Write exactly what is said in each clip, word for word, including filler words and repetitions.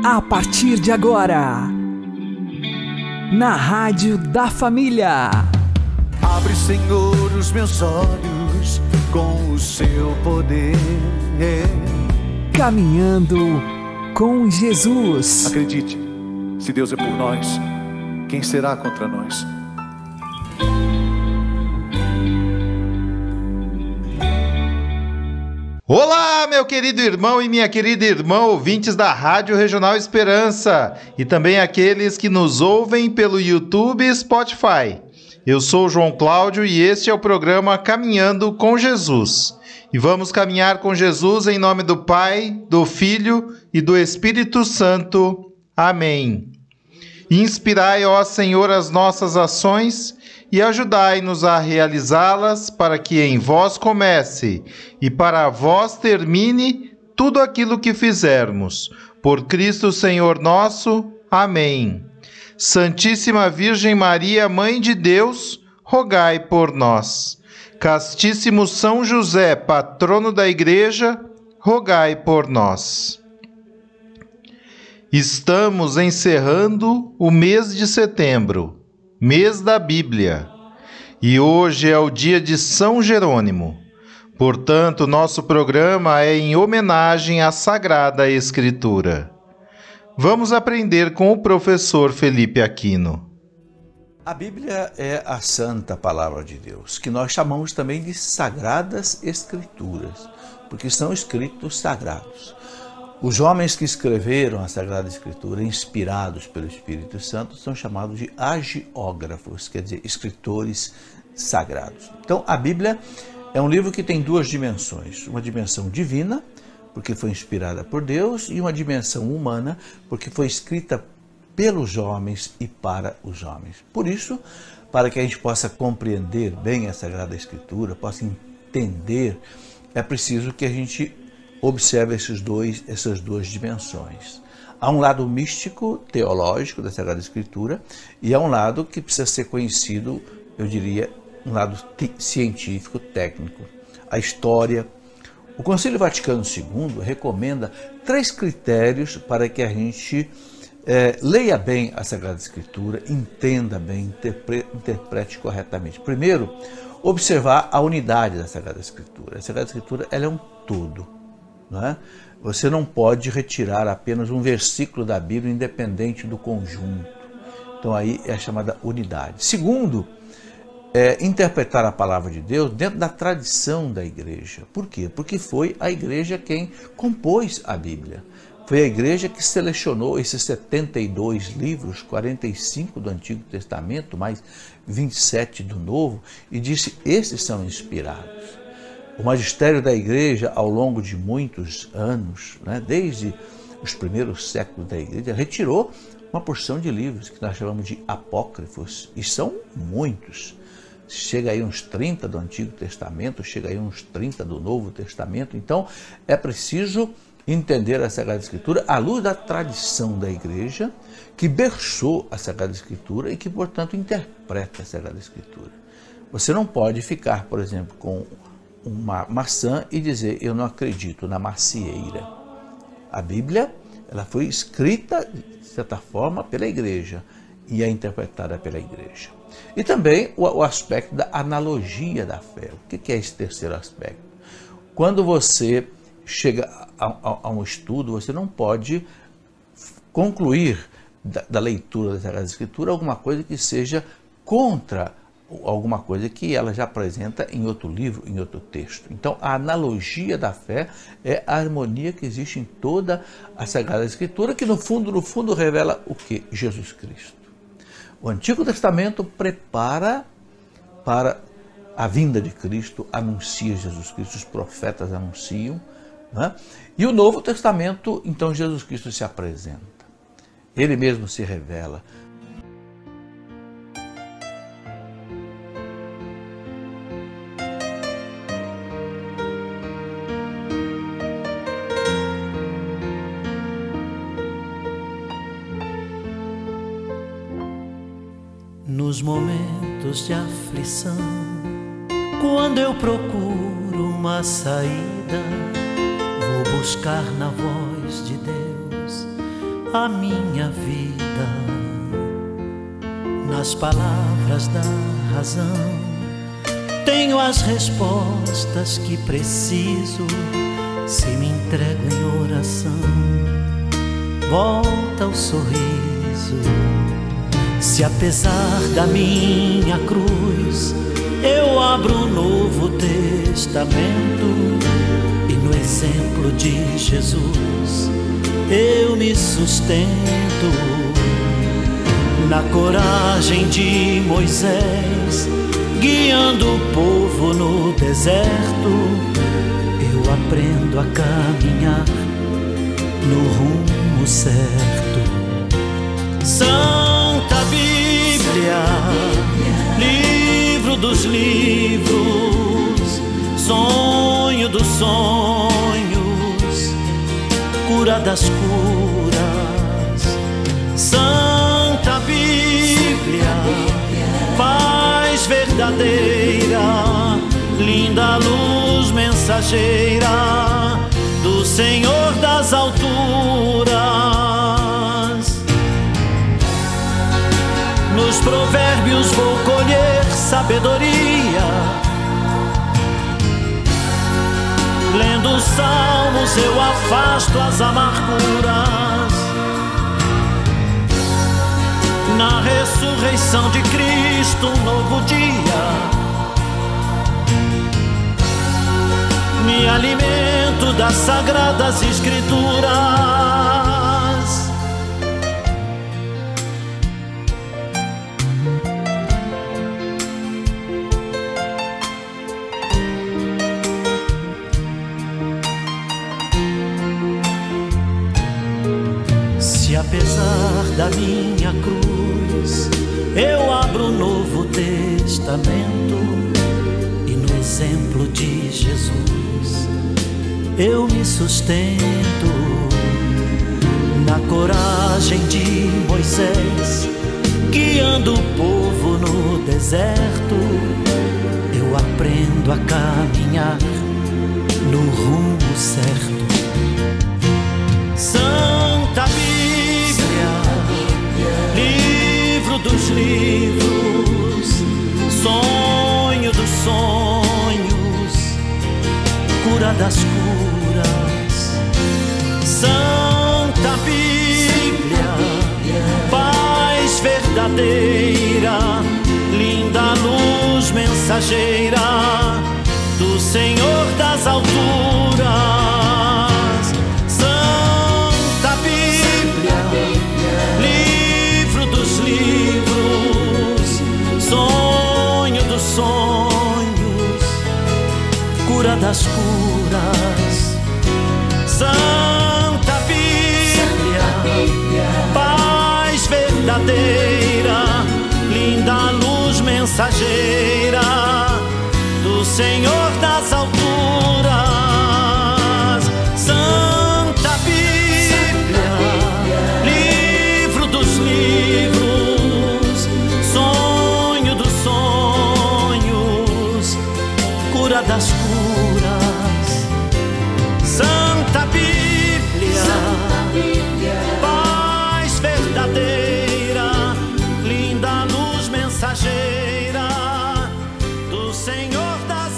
A partir de agora, na Rádio da Família. Abre, Senhor, os meus olhos com o seu poder. Caminhando com Jesus. Acredite, se Deus é por nós, quem será contra nós? Olá, meu querido irmão e minha querida irmã, ouvintes da Rádio Regional Esperança e também aqueles que nos ouvem pelo YouTube e Spotify. Eu sou o João Cláudio e este é o programa Caminhando com Jesus. E vamos caminhar com Jesus em nome do Pai, do Filho e do Espírito Santo. Amém. Inspirai, ó Senhor, as nossas ações e ajudai-nos a realizá-las para que em vós comece e para vós termine tudo aquilo que fizermos. Por Cristo Senhor nosso. Amém. Santíssima Virgem Maria, Mãe de Deus, rogai por nós. Castíssimo São José, patrono da Igreja, rogai por nós. Estamos encerrando o mês de setembro, mês da Bíblia, e hoje é o dia de São Jerônimo. Portanto, nosso programa é em homenagem à Sagrada Escritura. Vamos aprender com o professor Felipe Aquino. A Bíblia é a santa palavra de Deus, que nós chamamos também de Sagradas Escrituras, porque são escritos sagrados. Os homens que escreveram a Sagrada Escritura, inspirados pelo Espírito Santo, são chamados de agiógrafos, quer dizer, escritores sagrados. Então, a Bíblia é um livro que tem duas dimensões, uma dimensão divina, porque foi inspirada por Deus, e uma dimensão humana, porque foi escrita pelos homens e para os homens. Por isso, para que a gente possa compreender bem a Sagrada Escritura, possa entender, é preciso que a gente observe esses dois, essas duas dimensões. Há um lado místico, teológico da Sagrada Escritura, e há um lado que precisa ser conhecido, eu diria, um lado científico, técnico. A história. O Concílio Vaticano segundo recomenda três critérios para que a gente é, leia bem a Sagrada Escritura, entenda bem, interprete, interprete corretamente. Primeiro, observar a unidade da Sagrada Escritura. A Sagrada Escritura ela é um todo. Não é? Você não pode retirar apenas um versículo da Bíblia independente do conjunto. Então aí é a chamada unidade. Segundo, é interpretar a palavra de Deus dentro da tradição da igreja. Por quê? Porque foi a igreja quem compôs a Bíblia. Foi a igreja que selecionou esses setenta e dois livros, quarenta e cinco do Antigo Testamento, mais vinte e sete do Novo, e disse, esses são inspirados. O magistério da igreja, ao longo de muitos anos, né, desde os primeiros séculos da igreja, retirou uma porção de livros que nós chamamos de apócrifos, e são muitos. Chega aí uns trinta do Antigo Testamento, chega aí uns trinta do Novo Testamento. Então, é preciso entender a Sagrada Escritura à luz da tradição da igreja, que berçou a Sagrada Escritura e que, portanto, interpreta a Sagrada Escritura. Você não pode ficar, por exemplo, com uma maçã e dizer, eu não acredito na macieira. A Bíblia, ela foi escrita, de certa forma, pela igreja e é interpretada pela igreja. E também o, o aspecto da analogia da fé. O que, que é esse terceiro aspecto? Quando você chega a, a, a um estudo, você não pode concluir da, da leitura da Sagrada Escritura alguma coisa que seja contra alguma coisa que ela já apresenta em outro livro, em outro texto. Então, a analogia da fé é a harmonia que existe em toda a Sagrada Escritura, que no fundo, no fundo, revela o quê? Jesus Cristo. O Antigo Testamento prepara para a vinda de Cristo, anuncia Jesus Cristo, os profetas anunciam, né? E o Novo Testamento, então, Jesus Cristo se apresenta. Ele mesmo se revela. Nos momentos de aflição, quando eu procuro uma saída, vou buscar na voz de Deus a minha vida. Nas palavras da razão tenho as respostas que preciso. Se me entrego em oração, volta o sorriso. Se apesar da minha cruz eu abro o Novo Testamento e no exemplo de Jesus eu me sustento. Na coragem de Moisés, guiando o povo no deserto, eu aprendo a caminhar no rumo certo. Santa Bíblia, livro dos livros, sonho dos sonhos, cura das curas. Santa Bíblia, paz verdadeira, linda luz mensageira do Senhor das alturas. Nos provérbios vou colher sabedoria, lendo os salmos eu afasto as amarguras. Na ressurreição de Cristo, um novo dia, me alimento das sagradas escrituras. Se apesar da minha cruz eu abro o Novo Testamento e no exemplo de Jesus eu me sustento. Na coragem de Moisés, guiando o povo no deserto, eu aprendo a caminhar no rumo certo. Santa Bíblia, livro dos livros, sonho dos sonhos, cura das curas. Santa Bíblia, paz verdadeira, linda luz mensageira do Senhor das alturas. Santa Bíblia, livro dos livros, sonho dos sonhos, cura das curas. Santa Bíblia, paz verdadeira, linda luz mensageira do Senhor das alturas. Santa Bíblia, livro dos livros, sonho dos sonhos, cura das curas. Santa Bíblia, paz verdadeira, linda luz mensageira do Senhor das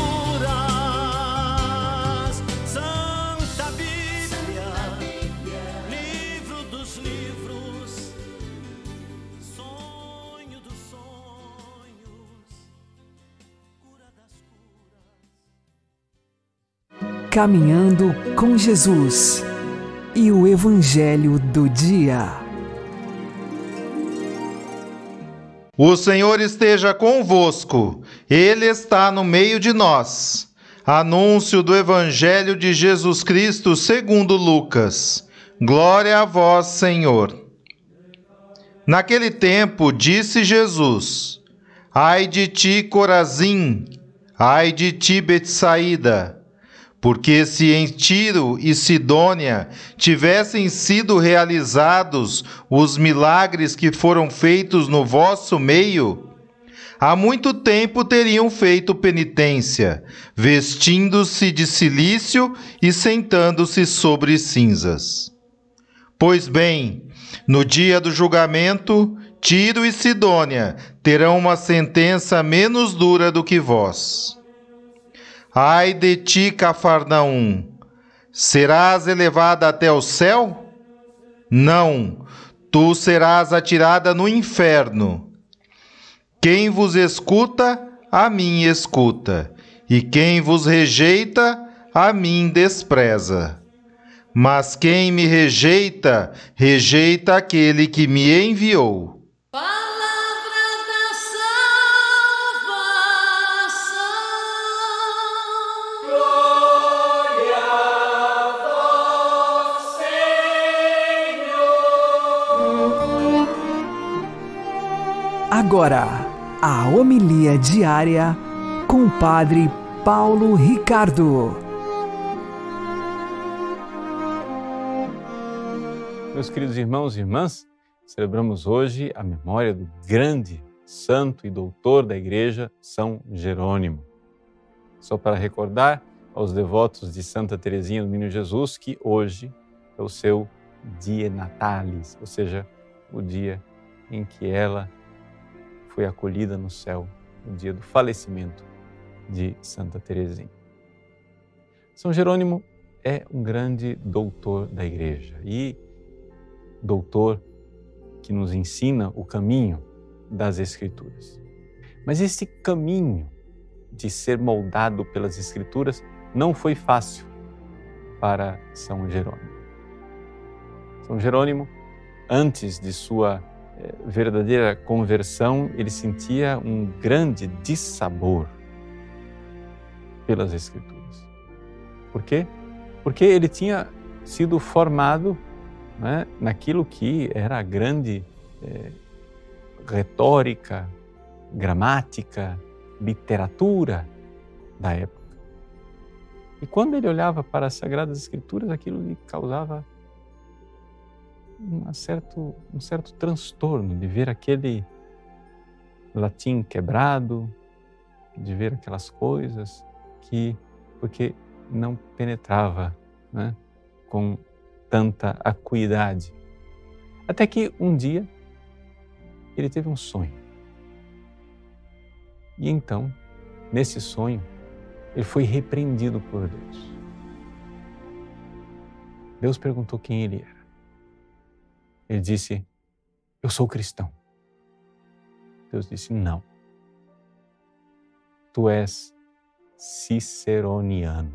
alturas. Santa Bíblia, livro dos livros, sonho dos sonhos, cura das curas. Caminhando com Jesus e o Evangelho do Dia. O Senhor esteja convosco, Ele está no meio de nós. Anúncio do Evangelho de Jesus Cristo segundo Lucas. Glória a vós, Senhor. Naquele tempo disse Jesus: Ai de ti, Corazim, ai de ti, Betsaída, porque se em Tiro e Sidônia tivessem sido realizados os milagres que foram feitos no vosso meio, há muito tempo teriam feito penitência, vestindo-se de cilício e sentando-se sobre cinzas. Pois bem, no dia do julgamento, Tiro e Sidônia terão uma sentença menos dura do que vós. Ai de ti, Cafarnaum! Serás elevada até o céu? Não, tu serás atirada no inferno. Quem vos escuta, a mim escuta, e quem vos rejeita, a mim despreza. Mas quem me rejeita, rejeita aquele que me enviou. Agora, a homilia diária com o Padre Paulo Ricardo. Meus queridos irmãos e irmãs, celebramos hoje a memória do grande santo e doutor da Igreja, São Jerônimo. Só para recordar aos devotos de Santa Teresinha do Menino Jesus que hoje é o seu dia natalis, ou seja, o dia em que ela foi acolhida no céu, no dia do falecimento de Santa Teresinha. São Jerônimo é um grande doutor da Igreja e doutor que nos ensina o caminho das Escrituras. Mas esse caminho de ser moldado pelas Escrituras não foi fácil para São Jerônimo. São Jerônimo, antes de sua verdadeira conversão, ele sentia um grande dissabor pelas Escrituras. Por quê? Porque ele tinha sido formado, né, naquilo que era a grande é, retórica, gramática, literatura da época. E quando ele olhava para as Sagradas Escrituras, aquilo lhe causava Um certo, um certo transtorno de ver aquele latim quebrado, de ver aquelas coisas que, porque não penetrava, né, com tanta acuidade. Até que um dia ele teve um sonho. E então, nesse sonho, ele foi repreendido por Deus. Deus perguntou quem ele era. Ele disse, eu sou cristão. Deus disse, não. Tu és ciceroniano.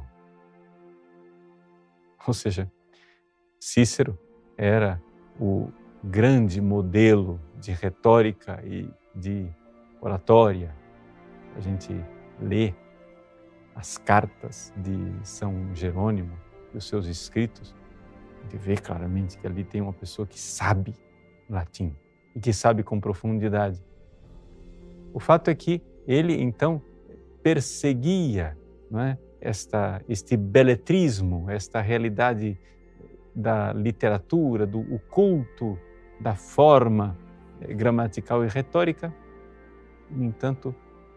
Ou seja, Cícero era o grande modelo de retórica e de oratória. A gente lê as cartas de São Jerônimo e os seus escritos, a gente vê claramente que ali tem uma pessoa que sabe latim e que sabe com profundidade. O fato é que ele, então, perseguia, não é, esta, este beletrismo, esta realidade da literatura, do o culto da forma gramatical e retórica. No entanto,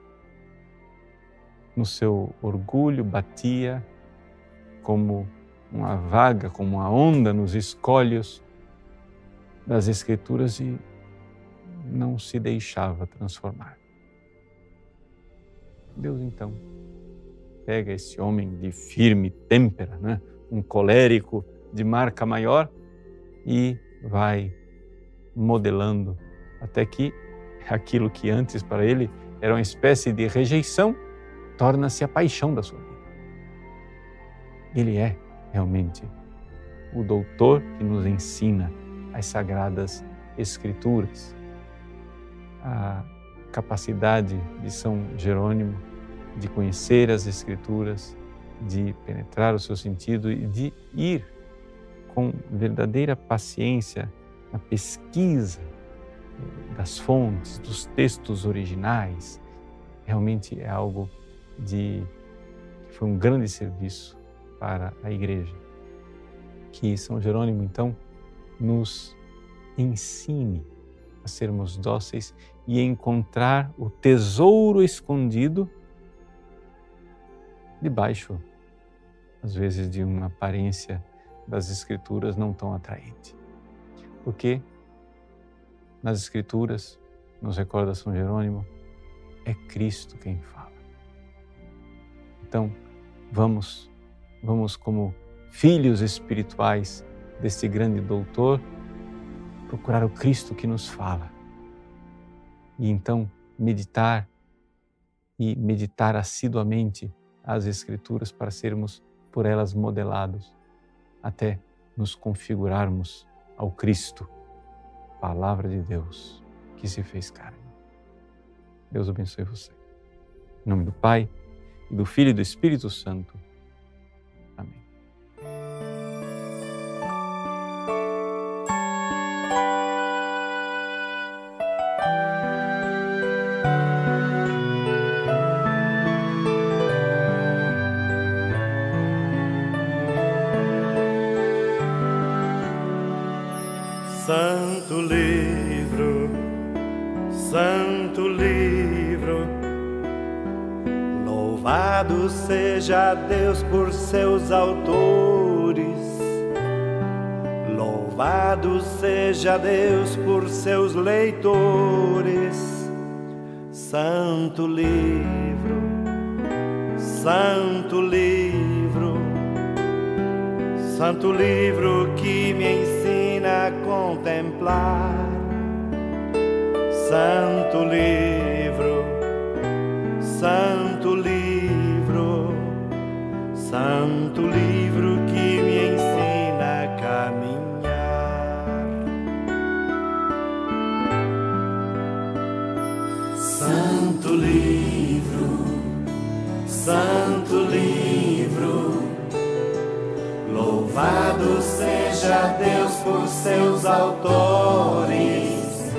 no seu orgulho batia como uma vaga, como uma onda nos escolhos das Escrituras e não se deixava transformar. Deus, então, pega esse homem de firme têmpera, né? Um colérico de marca maior e vai modelando até que aquilo que antes para ele era uma espécie de rejeição torna-se a paixão da sua vida. Ele é realmente o doutor que nos ensina as Sagradas Escrituras. A capacidade de São Jerônimo de conhecer as Escrituras, de penetrar o seu sentido e de ir com verdadeira paciência na pesquisa das fontes, dos textos originais, realmente é algo de que foi um grande serviço para a Igreja. Que São Jerônimo, então, nos ensine a sermos dóceis e encontrar o tesouro escondido debaixo, às vezes, de uma aparência das Escrituras não tão atraente. Porque nas Escrituras, nos recorda São Jerônimo, é Cristo quem fala. Então, vamos, vamos como filhos espirituais desse grande doutor, procurar o Cristo que nos fala. E então meditar e meditar assiduamente as Escrituras para sermos por elas modelados, até nos configurarmos ao Cristo, Palavra de Deus, que se fez carne. Deus abençoe você. Em nome do Pai, e do Filho e do Espírito Santo. Amém. Santo livro, santo livro, louvado seja Deus por seus autores, louvado seja Deus por seus leitores. Santo livro, santo livro, santo livro que me ensina a contemplar. Santo livro, santo livro, santo livro que me ensina a caminhar. Santo livro, santo livro, louvado seja Deus por seus autores,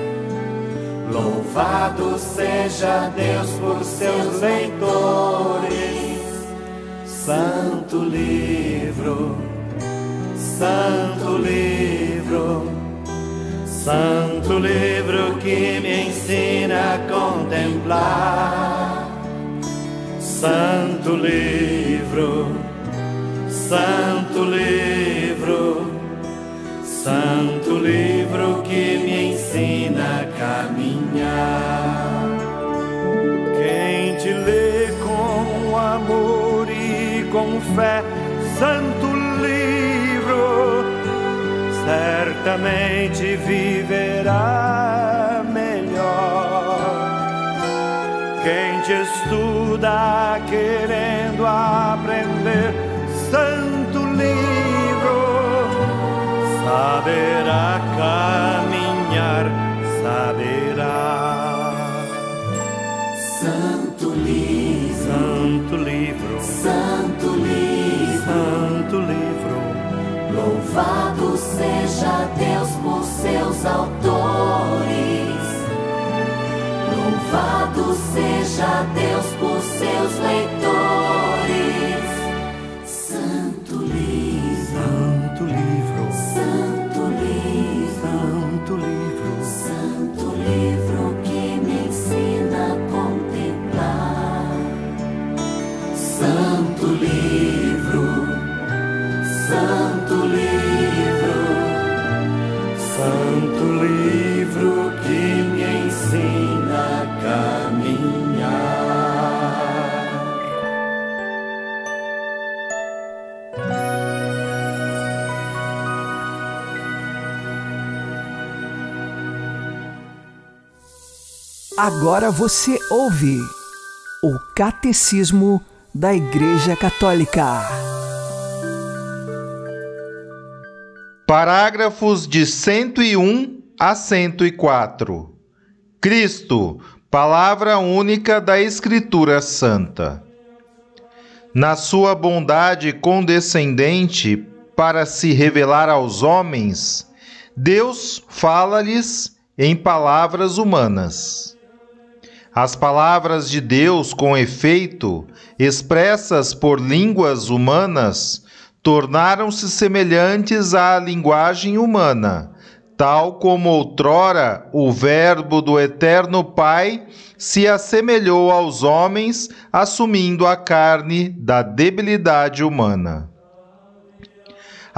louvado seja Deus por seus leitores. Santo livro, santo livro, santo livro que me ensina a contemplar. Santo livro, santo livro, santo livro que me ensina a caminhar. Quem te lê com amor e com fé, santo livro, certamente viverá melhor. Quem te estuda querendo aprender, santo livro, saberá caminhar, saberá. Santo livro, santo livro, santo livro, santo livro, louvado seja Deus por seus autores, louvado seja Deus por seus leitores. Santo livro, santo livro, santo livro, santo livro, santo livro que me ensina a contemplar. Santo livro, santo livro, santo livro que me ensina a caminhar. Agora você ouve o Catecismo da Igreja Católica. Parágrafos de cento e um a cento e quatro. Cristo, palavra única da Escritura Santa. Na sua bondade condescendente para se revelar aos homens, Deus fala-lhes em palavras humanas. As palavras de Deus, com efeito, expressas por línguas humanas, tornaram-se semelhantes à linguagem humana, tal como outrora o Verbo do Eterno Pai se assemelhou aos homens, assumindo a carne da debilidade humana.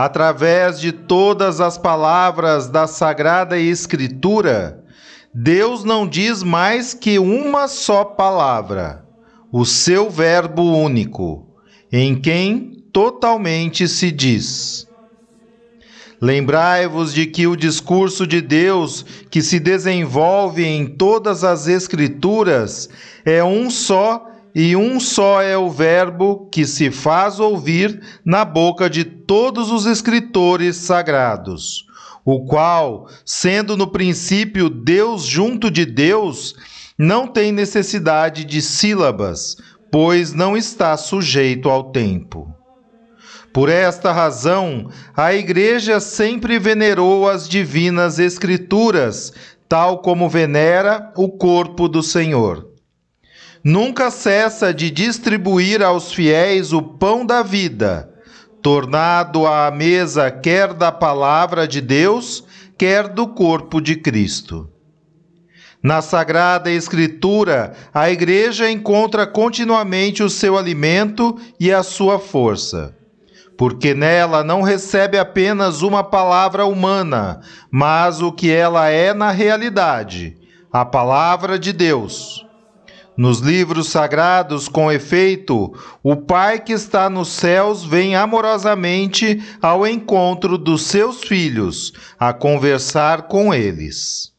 através de todas as palavras da Sagrada Escritura, Deus não diz mais que uma só palavra, o seu Verbo único, em quem totalmente se diz. Lembrai-vos de que o discurso de Deus que se desenvolve em todas as Escrituras é um só, e um só é o Verbo que se faz ouvir na boca de todos os escritores sagrados, o qual, sendo no princípio Deus junto de Deus, não tem necessidade de sílabas, pois não está sujeito ao tempo. Por esta razão, a Igreja sempre venerou as divinas Escrituras, tal como venera o corpo do Senhor. Nunca cessa de distribuir aos fiéis o pão da vida, tornado à mesa quer da palavra de Deus, quer do corpo de Cristo. Na Sagrada Escritura, a Igreja encontra continuamente o seu alimento e a sua força, porque nela não recebe apenas uma palavra humana, mas o que ela é na realidade, a palavra de Deus. Nos livros sagrados, com efeito, o Pai que está nos céus vem amorosamente ao encontro dos seus filhos, a conversar com eles.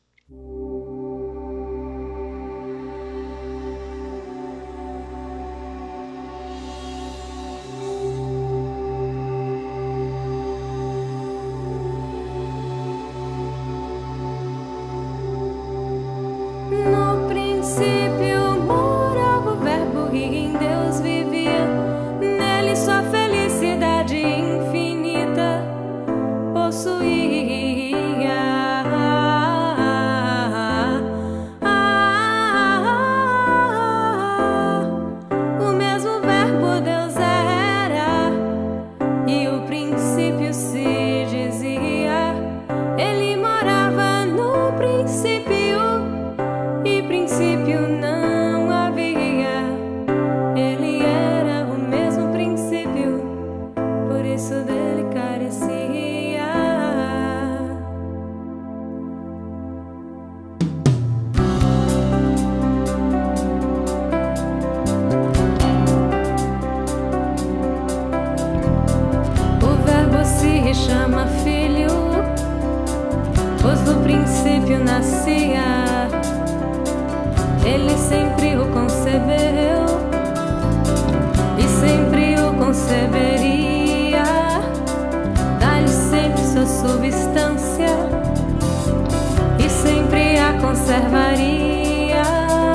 Ele sempre o concebeu e sempre o conceberia. Dá-lhe sempre sua substância e sempre a conservaria.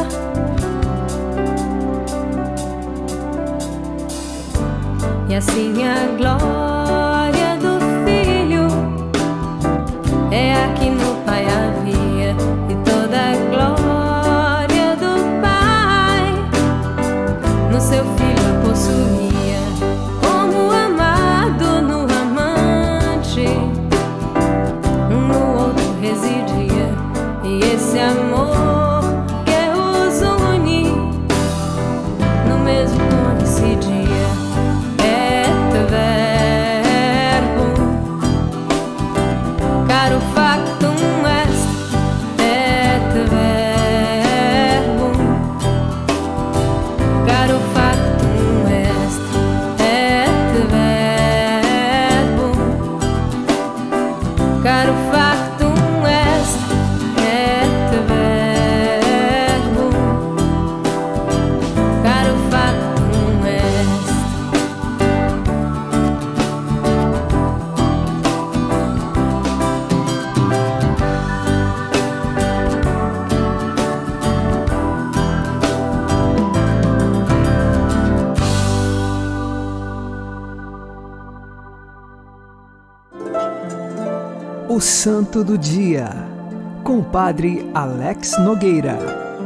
E assim a glória do Filho é a que no Pai havia, e toda a glória do Pai no seu Filho a possuía. Como amado no amante, um no outro residia, e esse amor que os une no mesmo coincidia. Caro factum est, et verbum. Caro factum est, et verbum. Caro factum est, et verbum. Caro factum est. O Santo do Dia, com o Padre Alex Nogueira.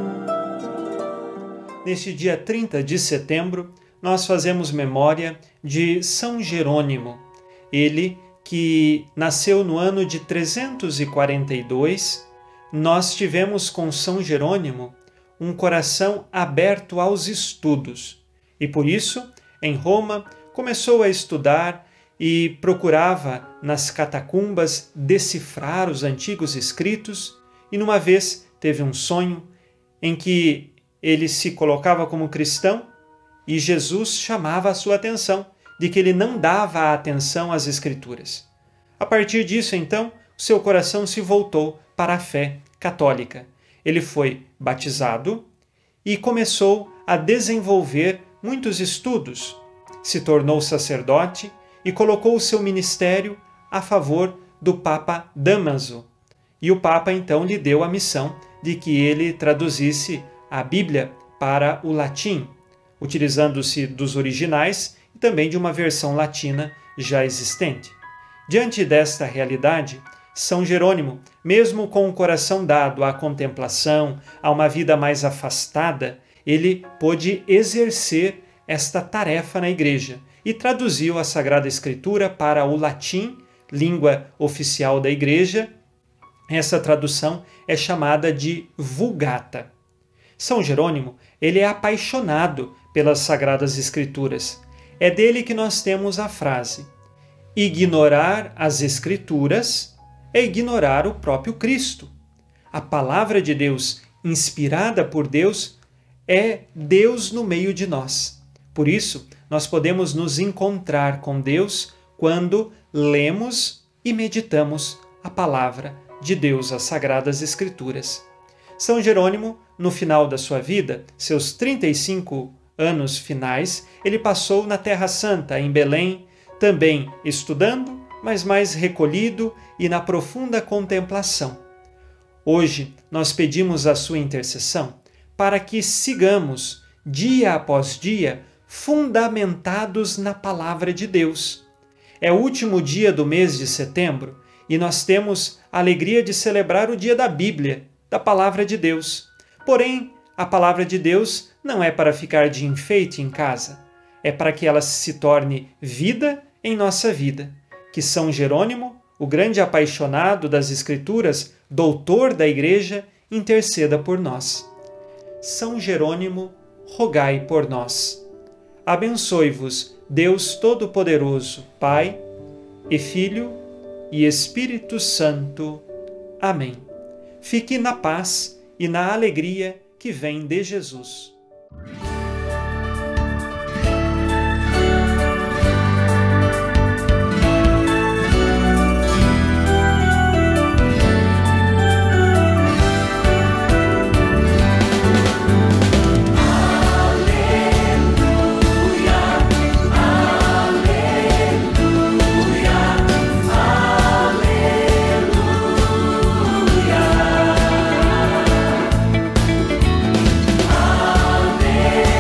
Neste dia trinta de setembro, nós fazemos memória de São Jerônimo, ele que nasceu no ano de trezentos e quarenta e dois. Nós tivemos com São Jerônimo um coração aberto aos estudos e, por isso, em Roma, começou a estudar e procurava nas catacumbas decifrar os antigos escritos, e numa vez teve um sonho em que ele se colocava como cristão e Jesus chamava a sua atenção de que ele não dava atenção às escrituras. A partir disso, então, seu coração se voltou para a fé católica. Ele foi batizado e começou a desenvolver muitos estudos. Se tornou sacerdote e colocou o seu ministério a favor do Papa Dámaso. E o Papa então lhe deu a missão de que ele traduzisse a Bíblia para o latim, utilizando-se dos originais e também de uma versão latina já existente. Diante desta realidade, São Jerônimo, mesmo com o coração dado à contemplação, a uma vida mais afastada, ele pôde exercer esta tarefa na Igreja e traduziu a Sagrada Escritura para o latim, língua oficial da Igreja. Essa tradução é chamada de Vulgata. São Jerônimo, ele é apaixonado pelas Sagradas Escrituras. É dele que nós temos a frase: ignorar as Escrituras é ignorar o próprio Cristo. A palavra de Deus, inspirada por Deus, é Deus no meio de nós. Por isso, nós podemos nos encontrar com Deus quando lemos e meditamos a palavra de Deus, as Sagradas Escrituras. São Jerônimo, no final da sua vida, seus trinta e cinco anos finais, ele passou na Terra Santa, em Belém, também estudando, mas mais recolhido e na profunda contemplação. Hoje, nós pedimos a sua intercessão para que sigamos, dia após dia, fundamentados na Palavra de Deus. É o último dia do mês de setembro e nós temos a alegria de celebrar o dia da Bíblia, da Palavra de Deus. Porém, a Palavra de Deus não é para ficar de enfeite em casa, é para que ela se torne vida em nossa vida. Que São Jerônimo, o grande apaixonado das Escrituras, doutor da Igreja, interceda por nós. São Jerônimo, rogai por nós. Abençoe-vos Deus Todo-Poderoso, Pai e Filho e Espírito Santo. Amém. Fique na paz e na alegria que vem de Jesus. Aleluia.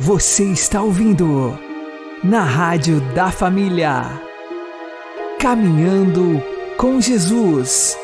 Você está ouvindo na Rádio da Família. Caminhando com Jesus.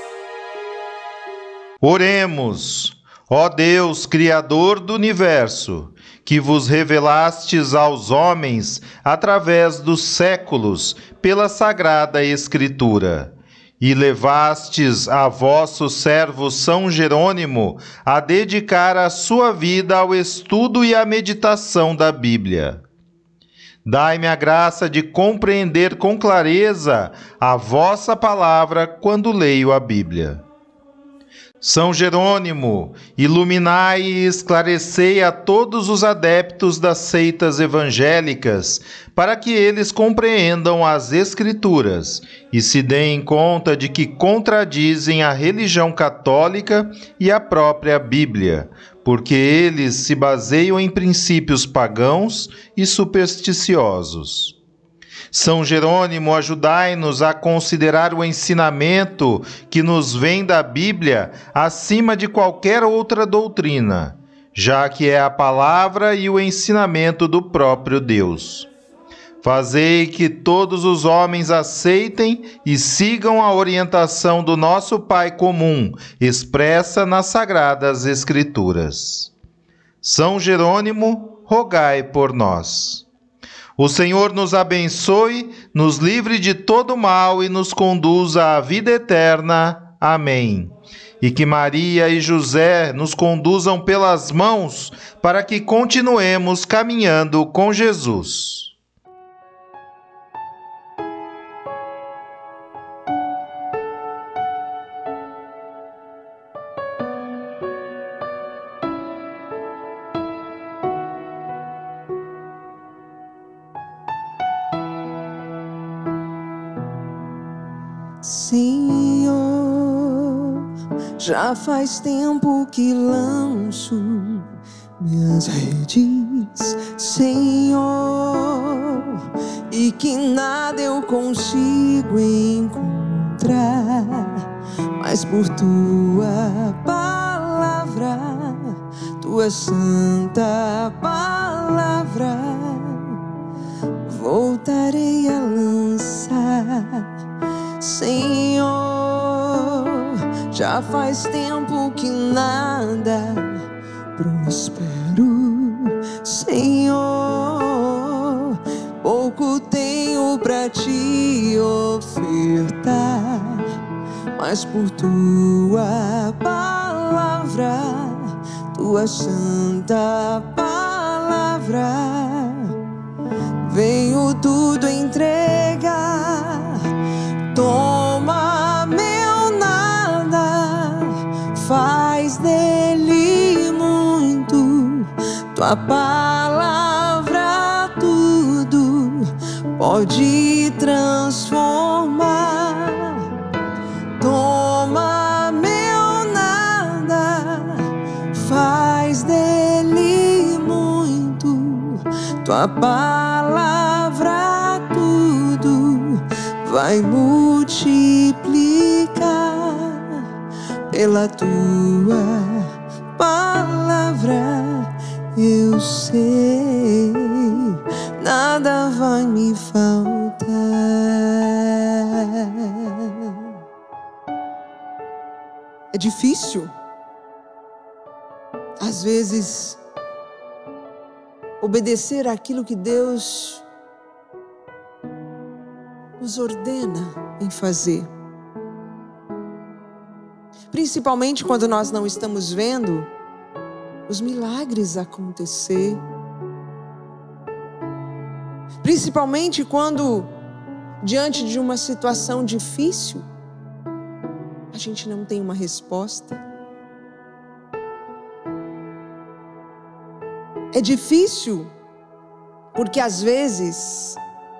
Oremos, ó Deus, Criador do Universo, que vos revelastes aos homens através dos séculos pela Sagrada Escritura, e levastes a vosso servo São Jerônimo a dedicar a sua vida ao estudo e à meditação da Bíblia. Dai-me a graça de compreender com clareza a vossa palavra quando leio a Bíblia. São Jerônimo, iluminai e esclarecei a todos os adeptos das seitas evangélicas, para que eles compreendam as Escrituras e se deem conta de que contradizem a religião católica e a própria Bíblia, porque eles se baseiam em princípios pagãos e supersticiosos. São Jerônimo, ajudai-nos a considerar o ensinamento que nos vem da Bíblia acima de qualquer outra doutrina, já que é a palavra e o ensinamento do próprio Deus. Fazei que todos os homens aceitem e sigam a orientação do nosso Pai comum, expressa nas Sagradas Escrituras. São Jerônimo, rogai por nós. O Senhor nos abençoe, nos livre de todo mal e nos conduza à vida eterna. Amém. E que Maria e José nos conduzam pelas mãos para que continuemos caminhando com Jesus. Senhor, já faz tempo que lanço minhas redes, Senhor, e que nada eu consigo encontrar, mas por Tua palavra, Tua santa palavra, voltarei a lançar. Senhor, já faz tempo que nada prospero, Senhor, pouco tenho pra te ofertar, mas por Tua palavra, Tua santa palavra, venho tudo entregar. Toma meu nada, faz dele muito, Tua palavra tudo pode transformar. Toma meu nada, faz dele muito, Tua palavra tudo vai multiplicar. Pela Tua palavra eu sei, nada vai me faltar. É difícil, às vezes, obedecer àquilo que Deus nos ordena em fazer. Principalmente quando nós não estamos vendo os milagres acontecer. Principalmente quando, diante de uma situação difícil, a gente não tem uma resposta. É difícil porque às vezes,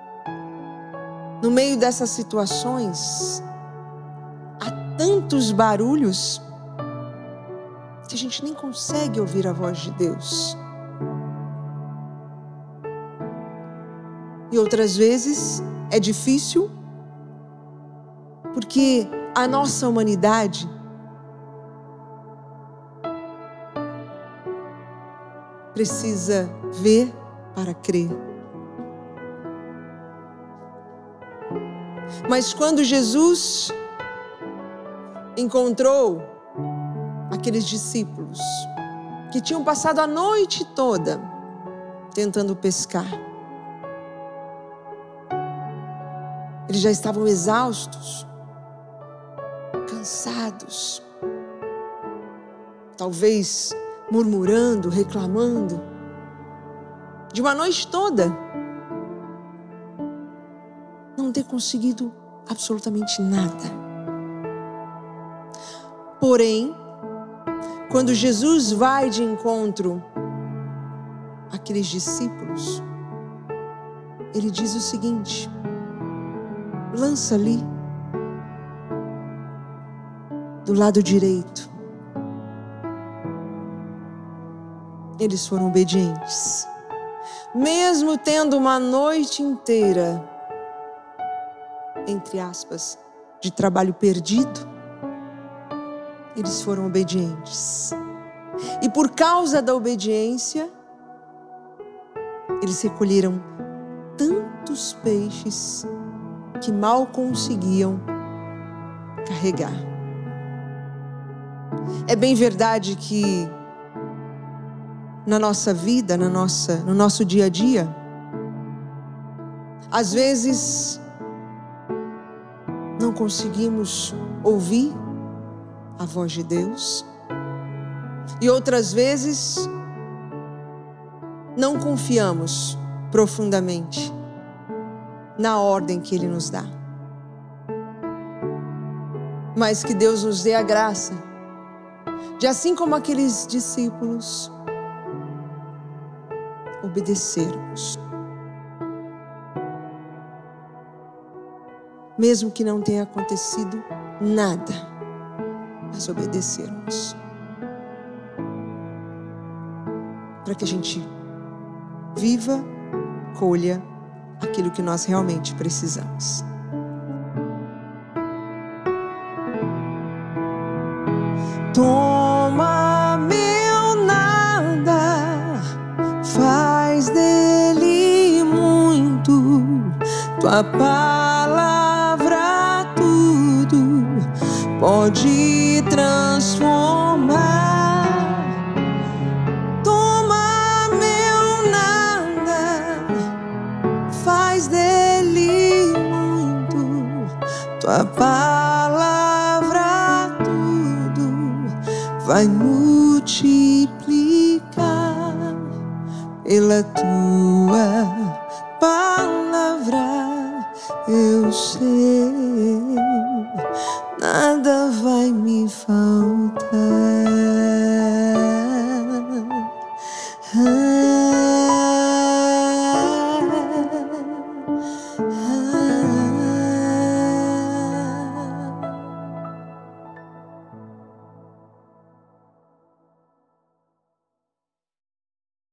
no meio dessas situações, há tantos barulhos que a gente nem consegue ouvir a voz de Deus. E outras vezes é difícil porque a nossa humanidade precisa ver para crer. Mas quando Jesus encontrou aqueles discípulos que tinham passado a noite toda tentando pescar, eles já estavam exaustos, cansados, talvez murmurando, reclamando, de uma noite toda não ter conseguido absolutamente nada. Porém, quando Jesus vai de encontro àqueles discípulos, ele diz o seguinte: lança ali, do lado direito. Eles foram obedientes. Mesmo tendo uma noite inteira, entre aspas, de trabalho perdido, eles foram obedientes. E por causa da obediência, eles recolheram tantos peixes que mal conseguiam carregar. É bem verdade que na nossa vida, na nossa, no nosso dia a dia, às vezes não conseguimos ouvir a voz de Deus, e outras vezes não confiamos profundamente na ordem que Ele nos dá. Mas que Deus nos dê a graça de, assim como aqueles discípulos, obedecermos. Mesmo que não tenha acontecido nada, mas obedecermos. Para que a gente viva, colha aquilo que nós realmente precisamos. Toma meu nada, faz dele muito, tua palavra tudo pode transformar. Toma meu nada, faz dele muito, tua palavra tudo vai multiplicar. Pela tua palavra eu sei.